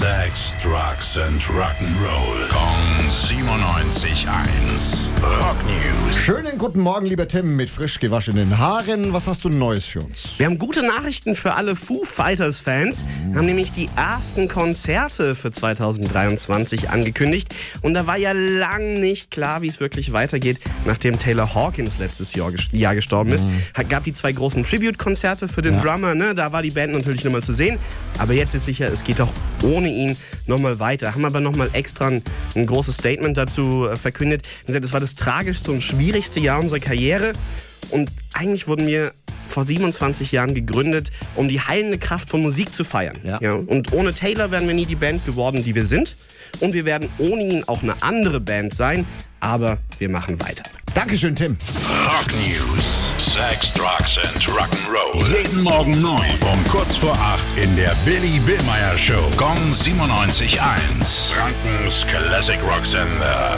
Sex, Drugs and Rock'n'Roll. Kong 97.1. Rock News. Schönen guten Morgen, lieber Tim, mit frisch gewaschenen Haaren. Was hast du Neues für uns? Wir haben gute Nachrichten für alle Foo Fighters-Fans. Wir haben nämlich die ersten Konzerte für 2023 angekündigt. Und da war ja lang nicht klar, wie es wirklich weitergeht, nachdem Taylor Hawkins letztes Jahr gestorben ist. Gab die 2 großen Tribute-Konzerte für den Drummer, ne? Da war die Band natürlich nochmal zu sehen. Aber jetzt ist sicher, es geht auch ohne ihn nochmal weiter. Haben aber nochmal extra ein großes Statement dazu verkündet. Es war das tragischste und schwierigste Jahr unserer Karriere. Und eigentlich wurden wir vor 27 Jahren gegründet, um die heilende Kraft von Musik zu feiern. Ja. Und ohne Taylor wären wir nie die Band geworden, die wir sind. Und wir werden ohne ihn auch eine andere Band sein. Aber wir machen weiter. Dankeschön, Tim. Rock News. Sex, Drugs and Rock'n'Roll. Jeden Morgen 9 um kurz vor 8 in der Billy Billmeyer Show. Kong 97.1. Frankens Classic Rock Sender.